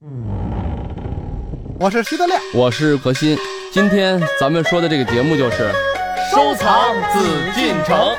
我是徐德亮， 我是何鑫。今天咱们说的这个节目就是收藏紫禁城。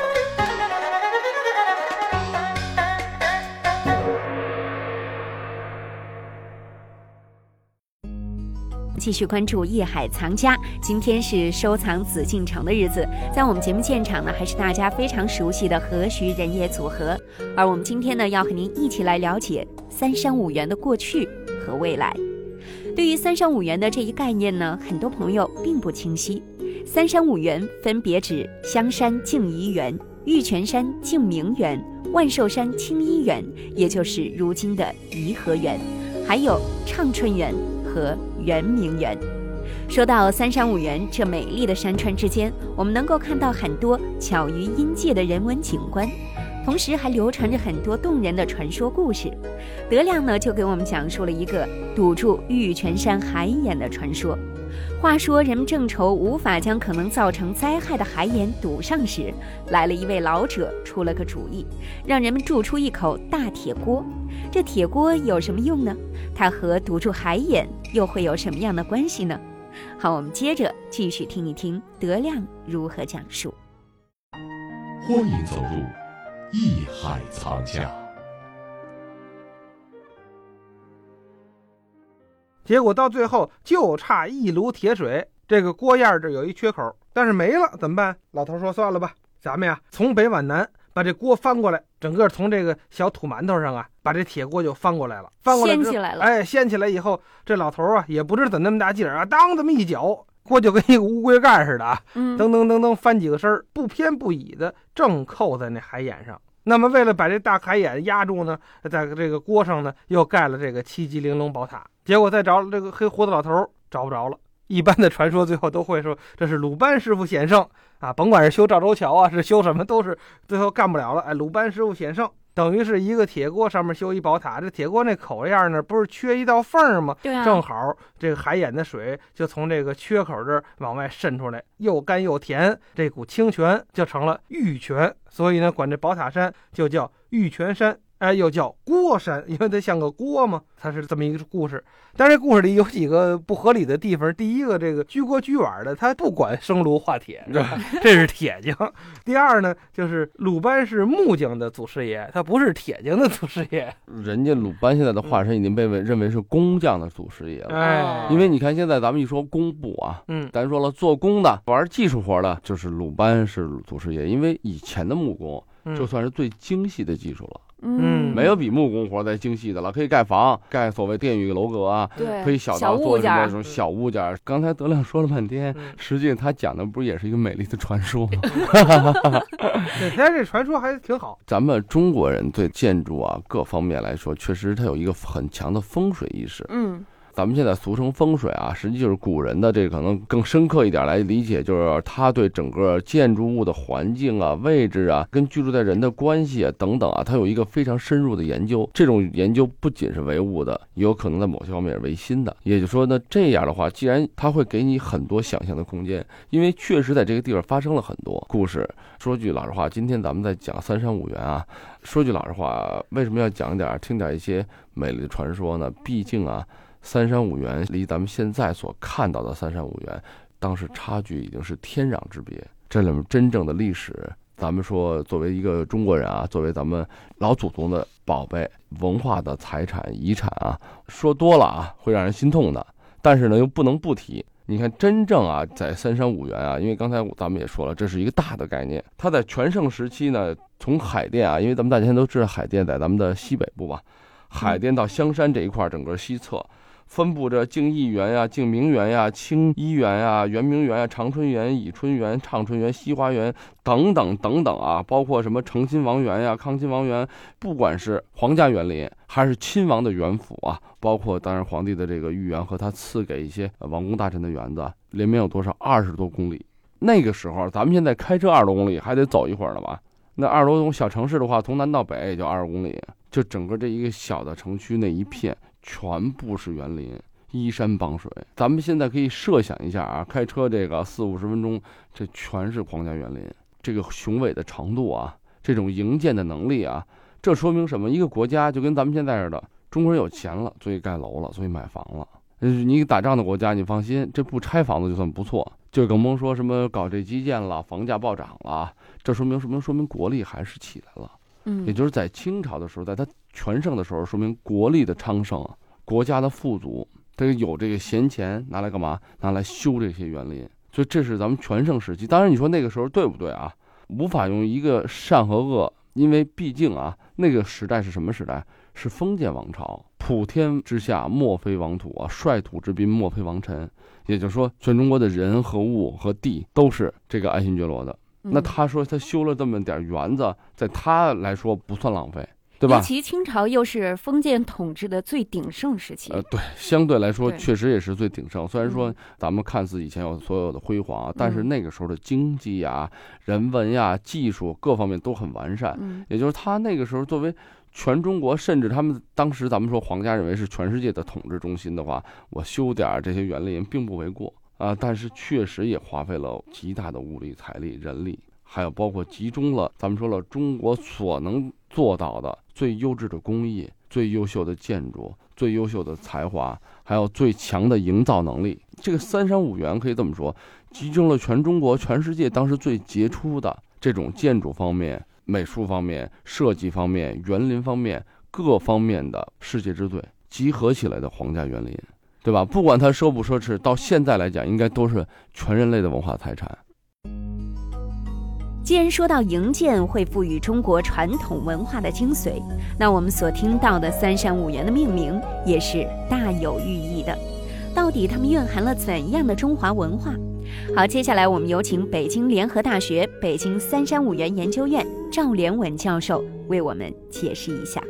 继续关注艺海藏家，今天是收藏紫禁城的日子，在我们节目现场呢，还是大家非常熟悉的何徐人也组合。而我们今天呢，要和您一起来了解三山五园的过去和未来。对于三山五园的这一概念呢，很多朋友并不清晰。三山五园分别指香山净怡园、玉泉山净明园、万寿山清漪园，也就是如今的颐和园，还有畅春园和圆明园。说到三山五园这美丽的山川之间，我们能够看到很多巧于阴界的人文景观，同时还流传着很多动人的传说故事。德亮呢就给我们讲述了一个堵住玉泉山海眼的传说。话说人们正愁无法将可能造成灾害的海眼堵上时，来了一位老者出了个主意，让人们铸出一口大铁锅。这铁锅有什么用呢？它和堵住海眼又会有什么样的关系呢？好，我们接着继续听一听德亮如何讲述。 欢迎走入艺海藏家。 结果到最后就差一炉铁水，这个锅沿这有一缺口，但是没了怎么办？老头说算了吧，咱们呀从北往南把这锅翻过来，整个从这个小土馒头上啊把这铁锅就翻过来了，翻过来掀起来了。 哎，掀起来以后，这老头啊也不知怎那么大劲儿啊，当这么一脚，锅就跟一个乌龟盖似的啊，噔噔噔噔翻几个身，不偏不倚的正扣在那海眼上。那么为了把这大海眼压住呢，在这个锅上呢又盖了这个七级玲珑宝塔。结果再找这个黑胡子老头找不着了。一般的传说最后都会说这是鲁班师傅险胜啊，甭管是修赵州桥啊，是修什么，都是最后干不了了。哎，鲁班师傅险胜，等于是一个铁锅上面修一宝塔。这铁锅那口样呢，不是缺一道缝吗？ 对啊， 正好这个海眼的水就从这个缺口这儿往外渗出来，又干又甜，这股清泉就成了玉泉。所以呢，管这宝塔山就叫玉泉山。哎，又叫锅山，因为它像个锅嘛，它是这么一个故事。但这故事里有几个不合理的地方。第一个，这个居锅居碗的，他不管生炉化铁，这是铁匠。第二呢，就是鲁班是木匠的祖师爷，他不是铁匠的祖师爷。 人家鲁班现在的化身已经被认为是工匠的祖师爷了。 哎， 因为你看现在咱们一说工部啊，咱说了做工的玩技术活的，就是鲁班是祖师爷。因为以前的木工就算是最精细的技术了。没有比木工活再精细的了，可以盖房，盖所谓殿宇楼阁啊， 对， 可以小到做什么那种小物件。刚才德亮说了半天，实际上他讲的不也是一个美丽的传说吗？ 对，他这传说还挺好。 咱们中国人对建筑啊各方面来说，确实他有一个很强的风水意识。咱们现在俗称风水啊，实际就是古人的这个可能更深刻一点来理解，就是他对整个建筑物的环境啊、位置啊、跟居住在人的关系啊等等啊，他有一个非常深入的研究。这种研究不仅是唯物的，也有可能在某些方面是唯心的。也就是说呢，这样的话，既然他会给你很多想象的空间，因为确实在这个地方发生了很多故事。说句老实话，今天咱们在讲三山五园啊，说句老实话，为什么要讲点听点一些美丽的传说呢？毕竟啊，三山五园离咱们现在所看到的三山五园，当时差距已经是天壤之别。这里面真正的历史，咱们说作为一个中国人啊，作为咱们老祖宗的宝贝、文化的财产、遗产啊，说多了啊会让人心痛的，但是呢又不能不提。你看真正啊在三山五园啊，因为刚才咱们也说了，这是一个大的概念。它在全盛时期呢，从海淀啊，因为咱们大家都知道海淀在咱们的西北部吧，海淀到香山这一块整个西侧分布着净漪园呀、净明园呀、清漪园呀、圆明园呀、长春园、倚春园、畅春园、西花园等等等等啊，包括什么诚亲王园呀、康亲王园，不管是皇家园林还是亲王的园府啊，包括当然皇帝的这个御园和他赐给一些王公大臣的园子，连绵有多少20多公里。那个时候咱们现在开车20多公里还得走一会儿了吧？那20多种小城市的话，从南到北也就20公里，就整个这一个小的城区那一片全部是园林，依山傍水。咱们现在可以设想一下啊，开车这个40-50分钟，这全是皇家园林，这个雄伟的程度啊，这种营建的能力啊，这说明什么？一个国家就跟咱们现在似的， 中国人有钱了，所以盖楼了，所以买房了。你打仗的国家，你放心，这不拆房子就算不错。就更甭说什么搞这基建了，房价暴涨了，这说明什么？说明国力还是起来了。也就是在清朝的时候，在他全盛的时候，说明国力的昌盛，国家的富足，这个有这个闲钱拿来干嘛？拿来修这些园林。所以这是咱们全盛时期。当然你说那个时候对不对啊？无法用一个善和恶，因为毕竟啊，那个时代是什么时代？是封建王朝，普天之下莫非王土啊，率土之滨莫非王臣。也就是说，全中国的人和物和地都是这个爱新觉罗的。那他说他修了这么点园子，在他来说不算浪费，对吧？ 尤其清朝又是封建统治的最鼎盛时期。 对，相对来说确实也是最鼎盛。虽然说咱们看似以前有所有的辉煌，但是那个时候的经济呀、人文呀、技术各方面都很完善。也就是他那个时候作为全中国，甚至他们当时咱们说皇家认为是全世界的统治中心的话，我修点这些园林并不为过啊。但是确实也花费了极大的物力、财力、人力，还有包括集中了咱们说了中国所能做到的最优质的工艺、最优秀的建筑、最优秀的才华，还有最强的营造能力。这个三山五园可以这么说，集中了全中国、全世界当时最杰出的这种建筑方面、美术方面、设计方面、园林方面各方面的世界之最集合起来的皇家园林，对吧？不管它奢不奢侈，到现在来讲应该都是全人类的文化财产。 既然说到营建会赋予中国传统文化的精髓，那我们所听到的三山五园的命名也是大有寓意的。到底它们蕴含了怎样的中华文化？好，接下来我们有请北京联合大学北京三山五园研究院赵连稳教授为我们解释一下。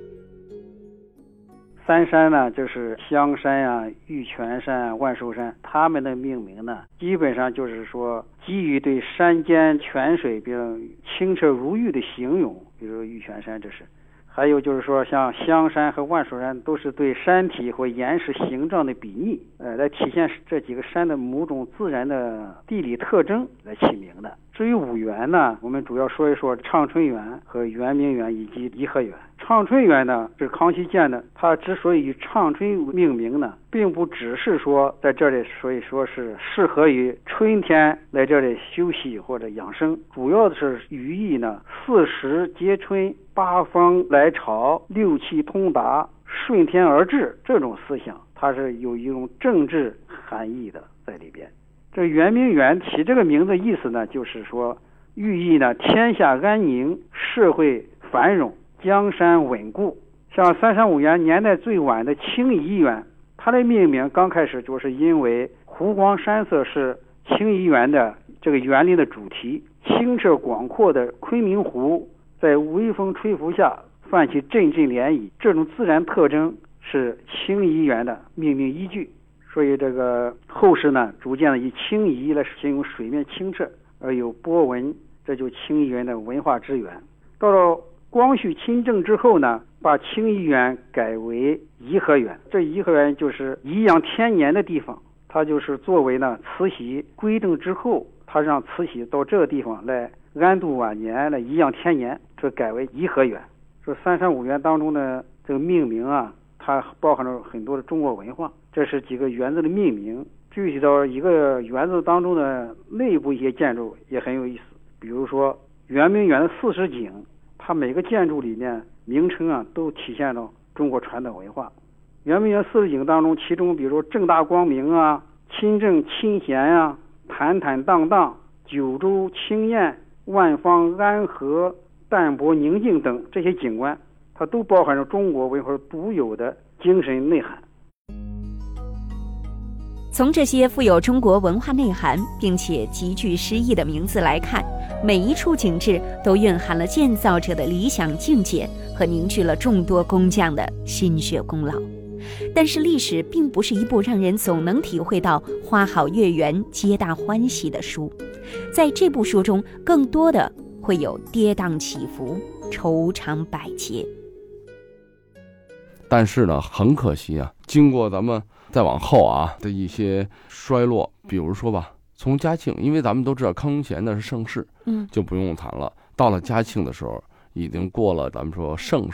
三山呢，就是香山啊、玉泉山、万寿山，它们的命名呢，基本上就是说基于对山间泉水比如清澈如玉的形容，比如玉泉山这是。还有就是说，像香山和万寿山都是对山体或岩石形状的比拟，来体现这几个山的某种自然的地理特征来起名的。至于五园呢，我们主要说一说畅春园和圆明园以及颐和园。畅春园呢是康熙建的，它之所以以畅春命名呢，并不只是说在这里，所以说是适合于春天来这里休息或者养生，主要的是寓意呢四时皆春、八方来朝、六气通达、顺天而治这种思想，它是有一种政治含义的在里边。这圆明园起这个名字意思呢，就是说寓意呢天下安宁、社会繁荣、江山稳固。像三山五园年代最晚的清漪园，它的命名刚开始就是因为湖光山色是清漪园的这个园林的主题，清澈广阔的昆明湖在微风吹拂下泛起阵阵涟漪，这种自然特征是清漪园的命名依据。所以这个后世呢，逐渐的以清漪来形容水面清澈而有波纹，这就清漪园的文化之源。到了光绪亲政之后呢，把清漪园改为颐和园。这颐和园就是颐养天年的地方，它就是作为呢慈禧归政之后，他让慈禧到这个地方来安度晚年，来颐养天年，这改为颐和园。说三山五园当中的这个命名啊，它包含了很多的中国文化。这是几个园子的命名，具体到一个园子当中的内部一些建筑也很有意思。比如说圆明园的40景，它每个建筑里面名称啊都体现了中国传统文化。圆明园40景当中，其中比如说正大光明啊、清正清闲啊、坦坦荡荡、九州清艳、万方安和、淡泊宁静等这些景观，它都包含着中国文化独有的精神内涵。 从这些富有中国文化内涵并且极具诗意的名字来看，每一处景致都蕴含了建造者的理想境界和凝聚了众多工匠的心血功劳。但是历史并不是一部让人总能体会到花好月圆皆大欢喜的书，在这部书中更多的会有跌宕起伏、愁肠百结。 但是呢，很可惜啊，经过咱们再往后啊的一些衰落，比如说吧，从嘉庆，因为咱们都知道康雍乾那是盛世，就不用谈了。到了嘉庆的时候，已经过了咱们说盛世了，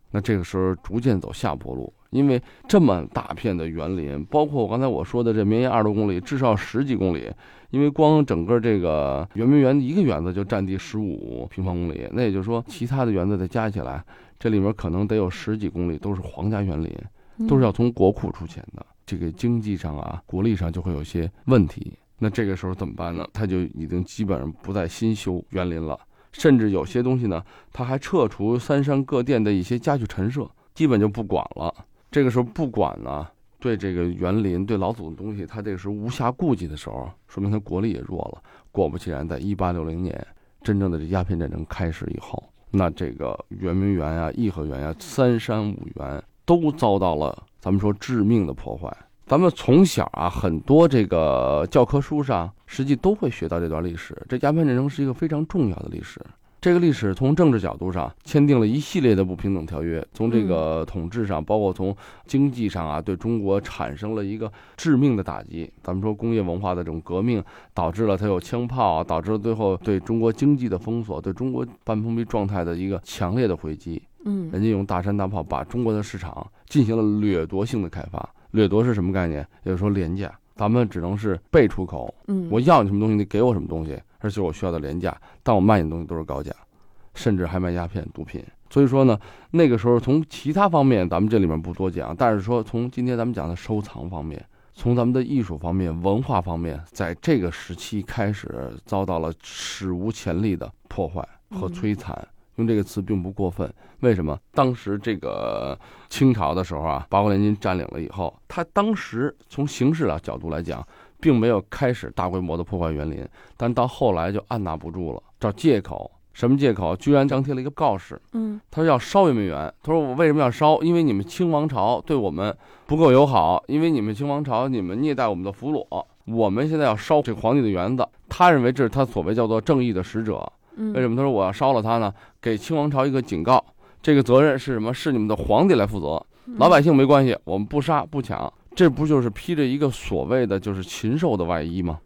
那这个时候逐渐走下坡路，因为这么大片的园林，包括我刚才我说的这绵延20多公里，至少10几公里，因为光整个这个圆明园一个园子就占地15平方公里，那也就是说其他的园子再加起来，这里面可能得有10几公里都是皇家园林，都是要从国库出钱的，这个经济上啊国力上就会有些问题。那这个时候怎么办呢？他就已经基本上不再新修园林了，甚至有些东西呢他还撤除三山各店的一些家具陈设，基本就不管了。这个时候不管呢，对这个园林对老祖的东西他这个时候无暇顾及的时候，说明他国力也弱了。果不其然，在1860年真正的这鸦片战争开始以后，那这个圆明园啊、颐和园啊、三山五园都遭到了咱们说致命的破坏。咱们从小啊，很多这个教科书上实际都会学到这段历史。这鸦片战争是一个非常重要的历史。这个历史从政治角度上签订了一系列的不平等条约，从这个统治上，包括从经济上啊，对中国产生了一个致命的打击。咱们说工业文化的这种革命，导致了它有枪炮啊，导致了最后对中国经济的封锁，对中国半封闭状态的一个强烈的回击。人家用大山大炮把中国的市场进行了掠夺性的开发。掠夺是什么概念？也就是说廉价，咱们只能是被出口。我要你什么东西，你给我什么东西，而且我需要的廉价，但我卖你的东西都是高价，甚至还卖鸦片、毒品。所以说呢，那个时候从其他方面咱们这里面不多讲，但是说从今天咱们讲的收藏方面，从咱们的艺术方面、文化方面，在这个时期开始遭到了史无前例的破坏和摧残。用这个词并不过分。为什么？当时这个清朝的时候啊，八国联军占领了以后，他当时从形势的角度来讲，并没有开始大规模的破坏园林，但到后来就按捺不住了，找借口。什么借口？居然张贴了一个告示，他说要烧圆明园。他说我为什么要烧？因为你们清王朝对我们不够友好，因为你们清王朝你们虐待我们的俘虏，我们现在要烧这个皇帝的园子。他认为这是他所谓叫做正义的使者。为什么他说我要烧了它呢？给清王朝一个警告，这个责任是什么？是你们的皇帝来负责，老百姓没关系，我们不杀不抢。这不就是披着一个所谓的就是禽兽的外衣吗？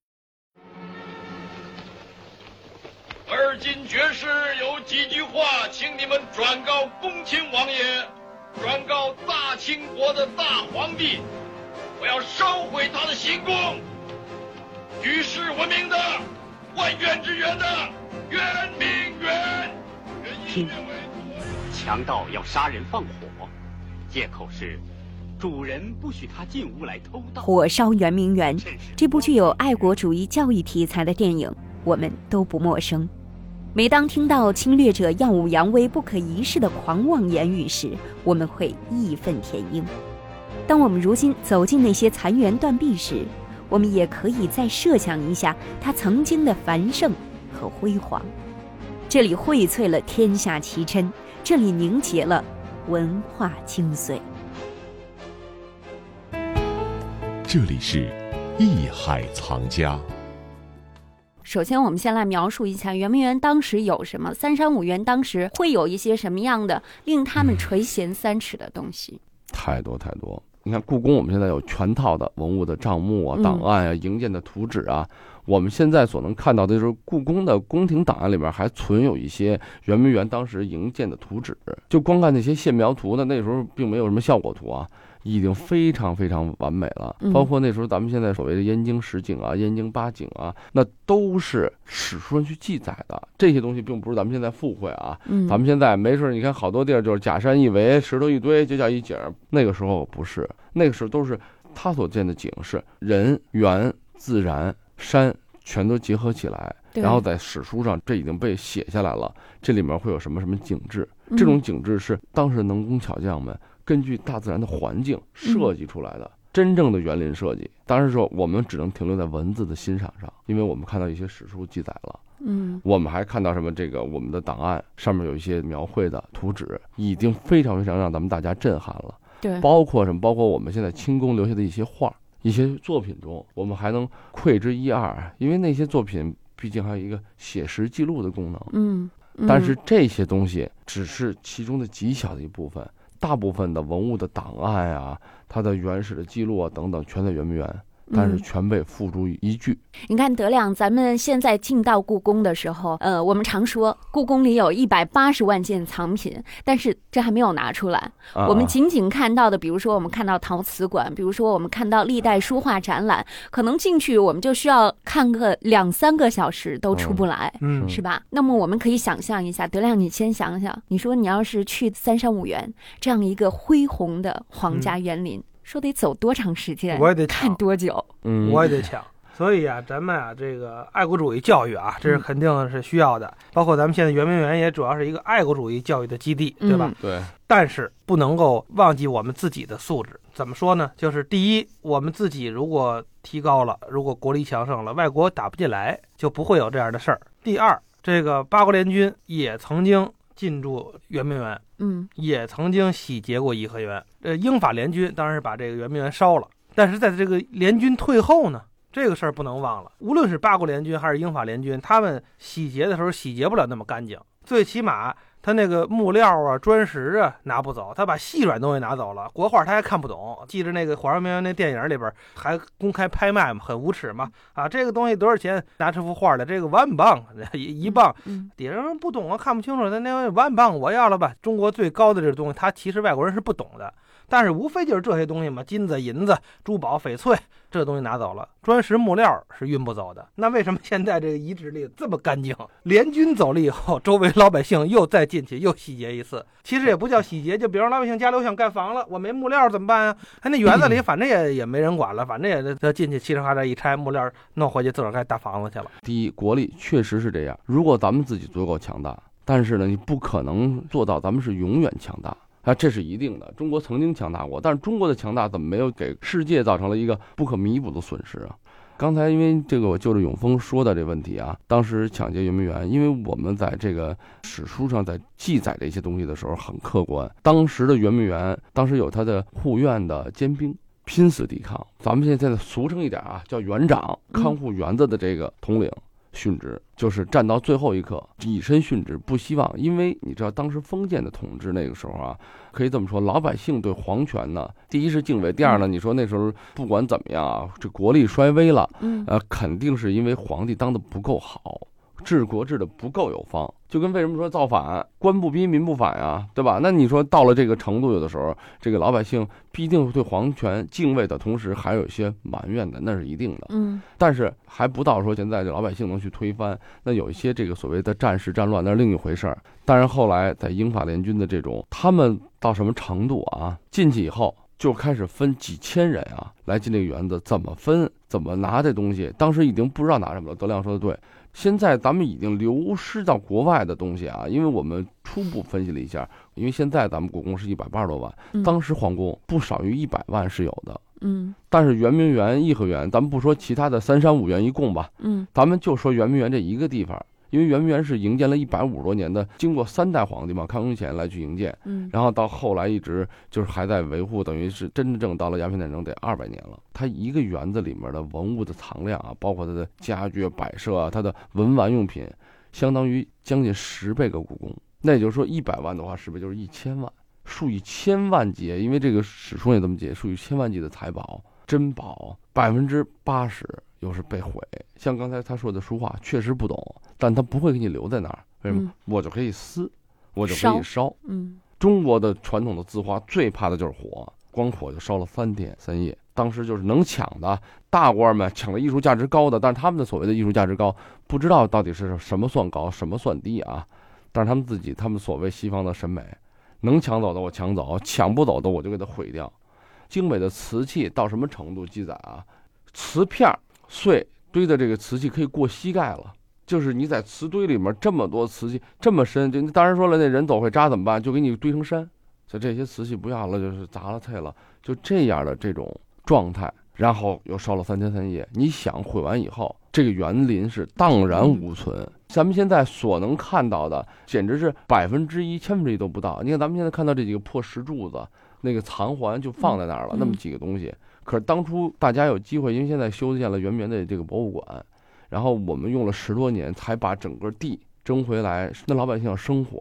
而今爵士有几句话，请你们转告恭亲王爷，转告大清国的大皇帝，我要烧毁他的行宫，举世闻名的万园之园的圆明园。 听，强盗要杀人放火，借口是主人不许他进屋来偷盗。 火烧圆明园，这部具有爱国主义教育题材的电影，我们都不陌生。每当听到侵略者耀武扬威、不可一世的狂妄言语时，我们会义愤填膺。当我们如今走进那些残垣断壁时，我们也可以再设想一下它曾经的繁盛和辉煌。这里荟萃了天下奇珍，这里凝结了文化精髓。 这里是艺海藏家。 首先我们先来描述一下圆明园当时有什么，三山五园当时会有一些什么样的令他们垂涎三尺的东西。 太多太多。你看故宫，我们现在有全套的文物的账目啊、档案啊、营建的图纸啊。我们现在所能看到的就是故宫的宫廷档案里面还存有一些圆明园当时营建的图纸，就光看那些线描图的，那时候并没有什么效果图啊，已经非常非常完美了。包括那时候咱们现在所谓的燕京十景啊、燕京八景啊，那都是史书上去记载的。这些东西并不是咱们现在附会啊。咱们现在没事，你看好多地儿就是假山一围，石头一堆就叫一景。那个时候不是，那个时候都是他所见的景是人、园、自然、山全都结合起来，然后在史书上这已经被写下来了。这里面会有什么什么景致，这种景致是当时能工巧匠们根据大自然的环境设计出来的。真正的园林设计，当然说我们只能停留在文字的欣赏上，因为我们看到一些史书记载了。我们还看到什么？这个我们的档案上面有一些描绘的图纸，已经非常非常让咱们大家震撼了。 对， 包括什么？包括我们现在清宫留下的一些画。一些作品中，我们还能窥之一二，因为那些作品毕竟还有一个写实记录的功能。但是这些东西只是其中的极小的一部分，大部分的文物的档案啊，它的原始的记录啊等等，全在圆明园。 但是全被付诸于一炬。 你看德亮，咱们现在进到故宫的时候，我们常说故宫里有180万件藏品，但是这还没有拿出来。我们仅仅看到的，比如说我们看到陶瓷馆，比如说我们看到历代书画展览，可能进去我们就需要看个2-3个小时都出不来，是吧？那么我们可以想象一下，德亮，你先想想，你说你要是去三山五园这样一个恢宏的皇家园林，说得走多长时间？ 我也得看多久？ 我也得抢。所以啊，咱们啊，这个爱国主义教育啊，这是肯定是需要的。包括咱们现在圆明园也主要是一个爱国主义教育的基地，对吧？ 对。 但是不能够忘记我们自己的素质。怎么说呢？就是第一，我们自己如果提高了，如果国力强盛了，外国打不进来，就不会有这样的事儿。第二，这个八国联军也曾经进驻圆明园，也曾经洗劫过颐和园。英法联军当然是把这个圆明园烧了，但是在这个联军退后呢，这个事儿不能忘了。无论是八国联军还是英法联军，他们洗劫的时候洗劫不了那么干净，最起码他那个木料啊、砖石啊拿不走，他把细软东西拿走了，国画他还看不懂。记着那个《皇上明园》那电影里边还公开拍卖嘛，很无耻嘛。啊，这个东西多少钱？拿这幅画的，这个1磅，1磅，底下人不懂啊，看不清楚。那1磅我要了吧？中国最高的这个东西，他其实外国人是不懂的。但是无非就是这些东西嘛，金子、银子、珠宝、翡翠，这东西拿走了，砖石木料是运不走的。那为什么现在这个遗址里这么干净？联军走了以后，周围老百姓又再进去又洗劫一次。其实也不叫洗劫，就比如老百姓家里想盖房了，我没木料怎么办啊？那园子里反正也没人管了，反正也进去嘁哩哈喳一拆木料弄回去，自个儿盖大房子去了。 第一，国力确实是这样，如果咱们自己足够强大，但是呢，你不可能做到咱们是永远强大。这是一定的。中国曾经强大过，但是中国的强大怎么没有给世界造成了一个不可弥补的损失啊？刚才因为这个我就着永丰说的这问题啊，当时抢劫圆明园，因为我们在这个史书上在记载这些东西的时候很客观。当时的圆明园，当时有他的护院的监兵拼死抵抗，咱们现在俗称一点啊，叫园长，看护园子的这个统领殉职，就是站到最后一刻以身殉职，不希望。因为你知道当时封建的统治那个时候啊，可以这么说，老百姓对皇权呢，第一是敬畏，第二呢，你说那时候不管怎么样啊，这国力衰微了，肯定是因为皇帝当的不够好，治国治的不够有方。就跟为什么说造反，官不逼民不反呀，对吧？那你说到了这个程度，有的时候这个老百姓必定对皇权敬畏的同时，还有一些埋怨的，那是一定的。但是还不到说现在这老百姓能去推翻。那有一些这个所谓的战事战乱，那是另一回事儿。但是后来在英法联军的这种，他们到什么程度啊？进去以后就开始分几千人啊来进这个园子，怎么分，怎么拿这东西，当时已经不知道拿什么了。德亮说的对。现在咱们已经流失到国外的东西啊，因为我们初步分析了一下，因为现在咱们故宫是180多万，当时皇宫不少于100万是有的，但是圆明园、颐和园，咱们不说其他的3山5园一共吧，咱们就说圆明园这一个地方。因为圆明园是营建了150多年的，经过3代皇帝嘛，康雍乾来去营建，然后到后来一直就是还在维护，等于是真正到了鸦片战争得200年了。它一个园子里面的文物的藏量啊，包括它的家具摆设啊，它的文玩用品，相当于将近10倍个故宫。那也就是说100万的话，10倍就是1000万，数以千万计，因为这个史书也这么解，数以千万计的财宝珍宝，80%又是被毁。像刚才他说的书画确实不懂，但他不会给你留在那儿。为什么？我就可以撕，我就可以烧。中国的传统的字画最怕的就是火，光火就烧了3天3夜。当时就是能抢的大官们抢了艺术价值高的，但是他们的所谓的艺术价值高，不知道到底是什么算高，什么算低啊？但是他们所谓西方的审美，能抢走的我抢走，抢不走的我就给它毁掉。精美的瓷器到什么程度记载啊？瓷片碎堆的这个瓷器可以过膝盖了，就是你在瓷堆里面这么多瓷器这么深，就当然说了，那人走会渣怎么办？就给你堆成山，就这些瓷器不要了，就是砸了碎了，就这样的这种状态，然后又烧了3天3夜。你想毁完以后，这个园林是荡然无存。咱们现在所能看到的，简直是1%、1/1000都不到。你看咱们现在看到这几个破石柱子，那个藏环就放在那儿了，那么几个东西。可是当初大家有机会，因为现在修建了圆明园的这个博物馆，然后我们用了10多年才把整个地争回来。那老百姓要生活呀，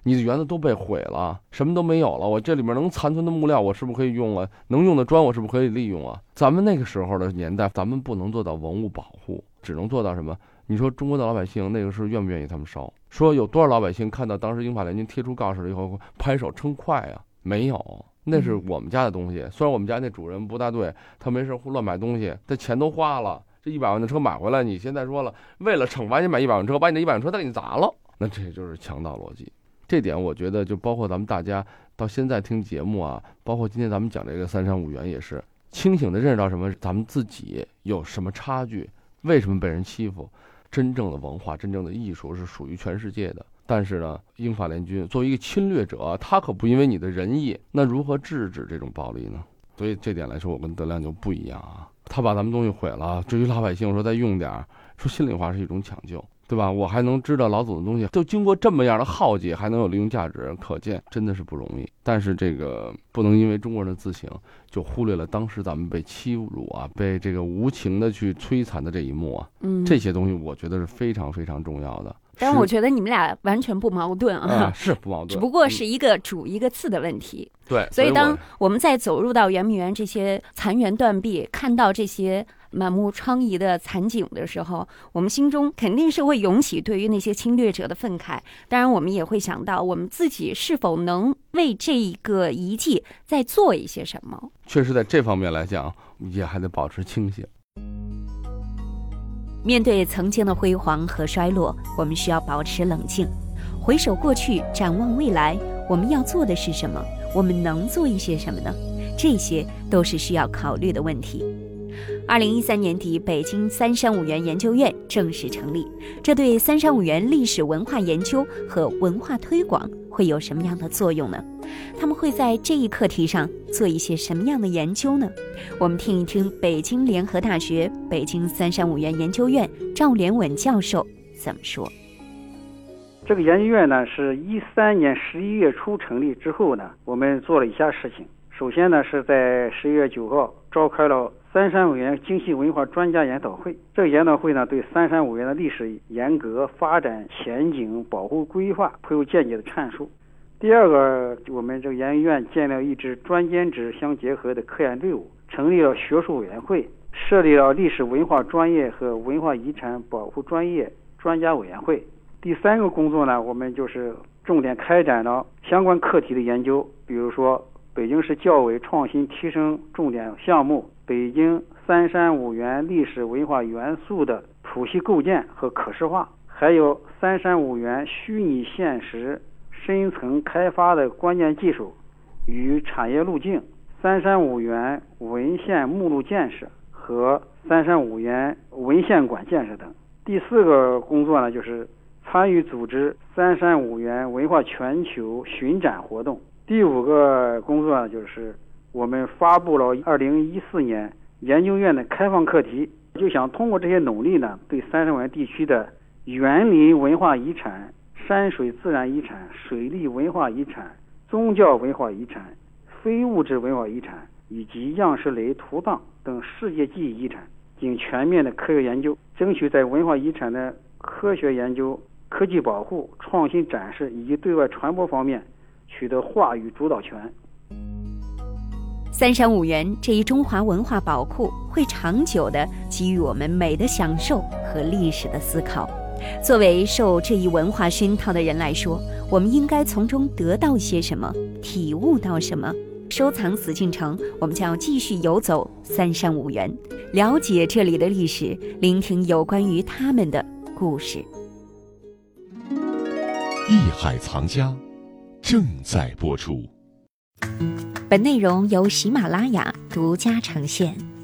你的园子都被毁了，什么都没有了，我这里面能残存的木料我是不是可以用了？能用的砖我是不是可以利用啊？咱们那个时候的年代，咱们不能做到文物保护，只能做到什么？你说中国的老百姓那个时候愿不愿意他们烧？说有多少老百姓看到当时英法联军贴出告示了以后拍手称快啊？没有，那是我们家的东西。虽然我们家那主人不大对，他没事乱买东西，他钱都花了，这100万的车买回来，你现在说了为了惩罚你买100万车，把你的100万车再给你砸了，那这就是强盗逻辑。这点我觉得就包括咱们大家到现在听节目啊，包括今天咱们讲这个三山五园也是清醒的认识到什么，咱们自己有什么差距，为什么被人欺负。真正的文化，真正的艺术是属于全世界的。但是呢，英法联军作为一个侵略者，他可不因为你的仁义，那如何制止这种暴力呢？所以这点来说，我跟德亮就不一样啊。他把咱们东西毁了，至于老百姓说再用点，说心里话是一种抢救，对吧？我还能知道老祖的东西，就经过这么样的浩劫，还能有利用价值，可见真的是不容易。但是这个不能因为中国人的自省，就忽略了当时咱们被欺辱啊，被这个无情的去摧残的这一幕啊。这些东西我觉得是非常非常重要的。 但是我觉得你们俩完全不矛盾啊， 是不矛盾， 只不过是一个主一个次的问题。 对， 所以当我们在走入到圆明园这些残垣断壁，看到这些满目疮痍的残景的时候，我们心中肯定是会涌起对于那些侵略者的愤慨。当然，我们也会想到我们自己是否能为这一个遗迹再做一些什么。 确实，在这方面来讲，也还得保持清醒。 面对曾经的辉煌和衰落，我们需要保持冷静，回首过去，展望未来。我们要做的是什么？我们能做一些什么呢？这些都是需要考虑的问题。2013年底，北京三山五园研究院正式成立，这对三山五园历史文化研究和文化推广会有什么样的作用呢？他们会在这一课题上做一些什么样的研究呢？我们听一听北京联合大学北京三山五园研究院赵连稳教授怎么说。 这个研究院呢，是13年11月初成立之后呢，我们做了以下事情。首先呢，是在11月9号召开了三山五园精细文化专家研讨会。这个研讨会呢，对三山五园的历史沿革、发展前景、保护规划颇有见解的阐述。第二个，我们这个研究院建立了一支专兼职相结合的科研队伍，成立了学术委员会，设立了历史文化专业和文化遗产保护专业专家委员会。第三个工作呢，我们就是重点开展了相关课题的研究，比如说北京市教委创新提升重点项目，北京三山五园历史文化元素的谱系构建和可视化，还有三山五园虚拟现实深层开发的关键技术与产业路径，三山五园文献目录建设和三山五园文献馆建设等。第四个工作呢，就是参与组织三山五园文化全球巡展活动。第五个工作呢，就是我们发布了2014年研究院的开放课题，就想通过这些努力呢，对三山五园地区的园林文化遗产、山水自然遗产、水利文化遗产、宗教文化遗产、非物质文化遗产以及样式类图档等世界记忆遗产进行全面的科学研究，争取在文化遗产的科学研究、科技保护、创新展示以及对外传播方面取得话语主导权。 三山五园这一中华文化宝库会长久地给予我们美的享受和历史的思考。作为受这一文化熏陶的人来说，我们应该从中得到些什么，体悟到什么？收藏紫禁城，我们将要继续游走三山五园，了解这里的历史，聆听有关于他们的故事。 艺海藏家正在播出。 本内容由喜马拉雅独家呈现。